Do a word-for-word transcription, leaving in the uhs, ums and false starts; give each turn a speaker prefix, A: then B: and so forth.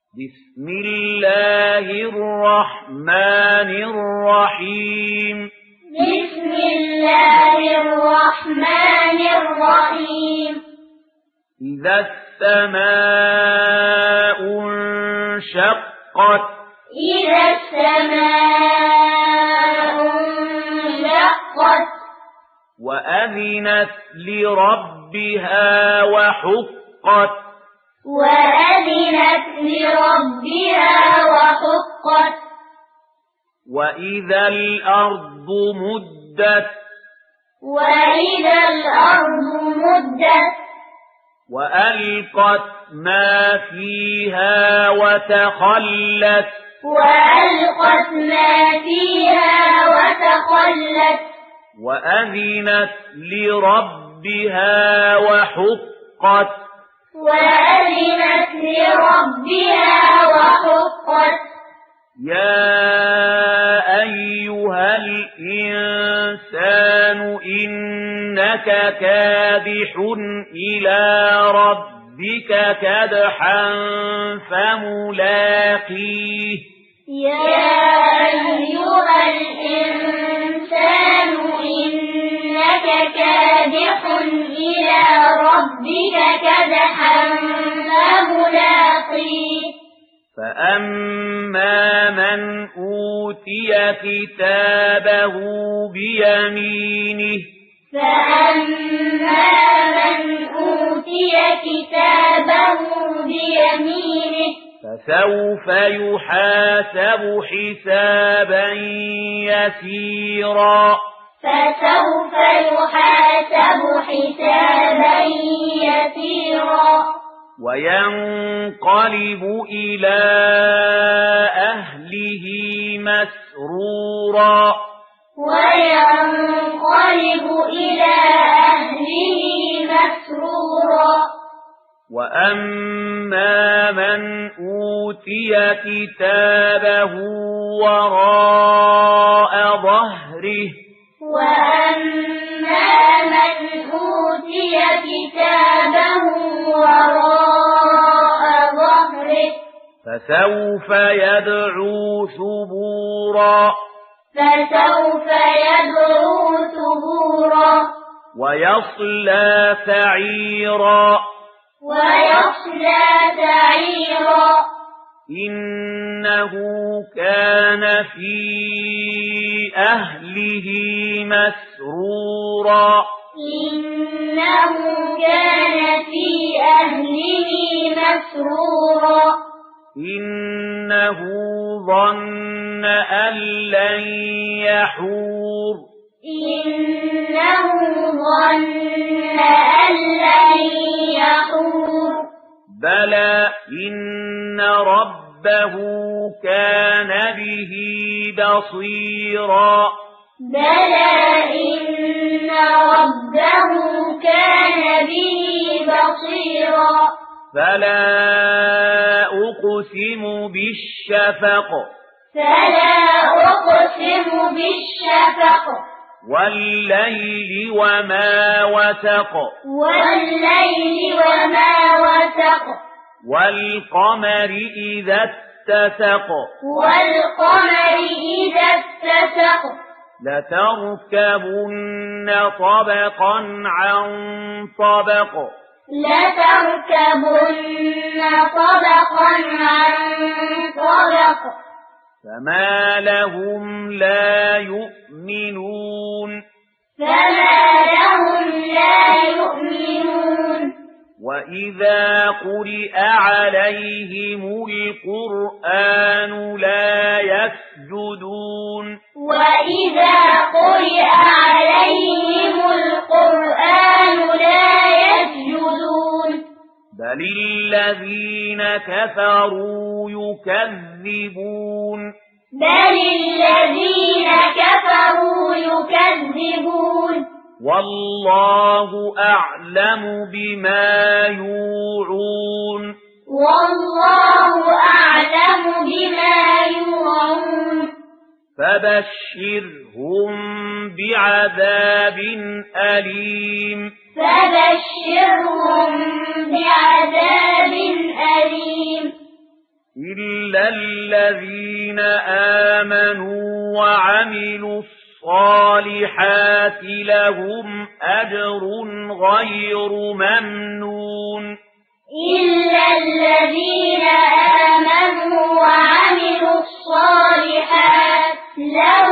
A: بسم الله الرحمن الرحيم
B: بسم الله الرحمن الرحيم
A: إذا السماء انشقت
B: إذا السماء انشقت
A: وأذنت لربها وحقت
B: وأذنت لربها وحقت
A: وإذا الأرض مدت
B: وإذا الأرض مدت
A: وألقت ما فيها وتخلت
B: وألقت ما فيها وتخلت
A: وأذنت لربها وحقت
B: وأذنت لربها وحقت
A: يا أيها الإنسان إنك كادح إلى ربك كدحا فملاقيه
B: يا أيها الإنسان إنك كادح إلى ربك كدحا فملاقيه
A: فأما من أوتي كتابه بيمينه
B: فأما من أوتي كتابه بيمينه
A: فسوف يحاسب حسابا يسيرا
B: فسوف يحاسب حسابا يسيرا
A: وينقلب إلى أهله مسرورا
B: وينقلب إلى أهله مسرورا
A: وأما من أوتي كتابه وراء ظهره
B: وأما من أوتي كتابه وراء ظهره
A: فسوف يدعو ثبورا
B: فسوف يدعو ثبورا
A: ويصلى سعيرا
B: ويصلى سعيرا
A: إنه كان في أهله مسرورا
B: إنه كان في أهله مسرورا
A: إنه ظن أن لن يحور
B: إنه ظن أن لن يحور
A: بلى إن ربه كان به بصيرا
B: بلى إن ربه كان به بصيرا
A: فلا أقسم بالشفق
B: فلا أقسم بالشفق
A: والليل وما وسق
B: والليل وما وسق
A: والقمر إذا اتسق
B: والقمر إذا اتسق
A: لتركبن طبقا عن طبق
B: لتركبن طبقا عن طبق
A: فما لهم لا يؤمنون
B: فما لهم لا يؤمنون
A: وإذا قرئ عليهم القرآن لا يسجدون
B: وإذا قرئ عليهم القرآن لا يسجدون
A: بل الذين كفروا يكذبون
B: بل الذين كفروا يكذبون
A: والله أعلم بما يوعون
B: والله أعلم بما يوعون
A: فبشرهم بعذاب أليم
B: فبشرهم بعذاب أليم
A: إلا الذين آمنوا وعملوا الصالحات لهم أجر غير ممنون
B: إلا الذين آمنوا وعملوا الصالحات لهم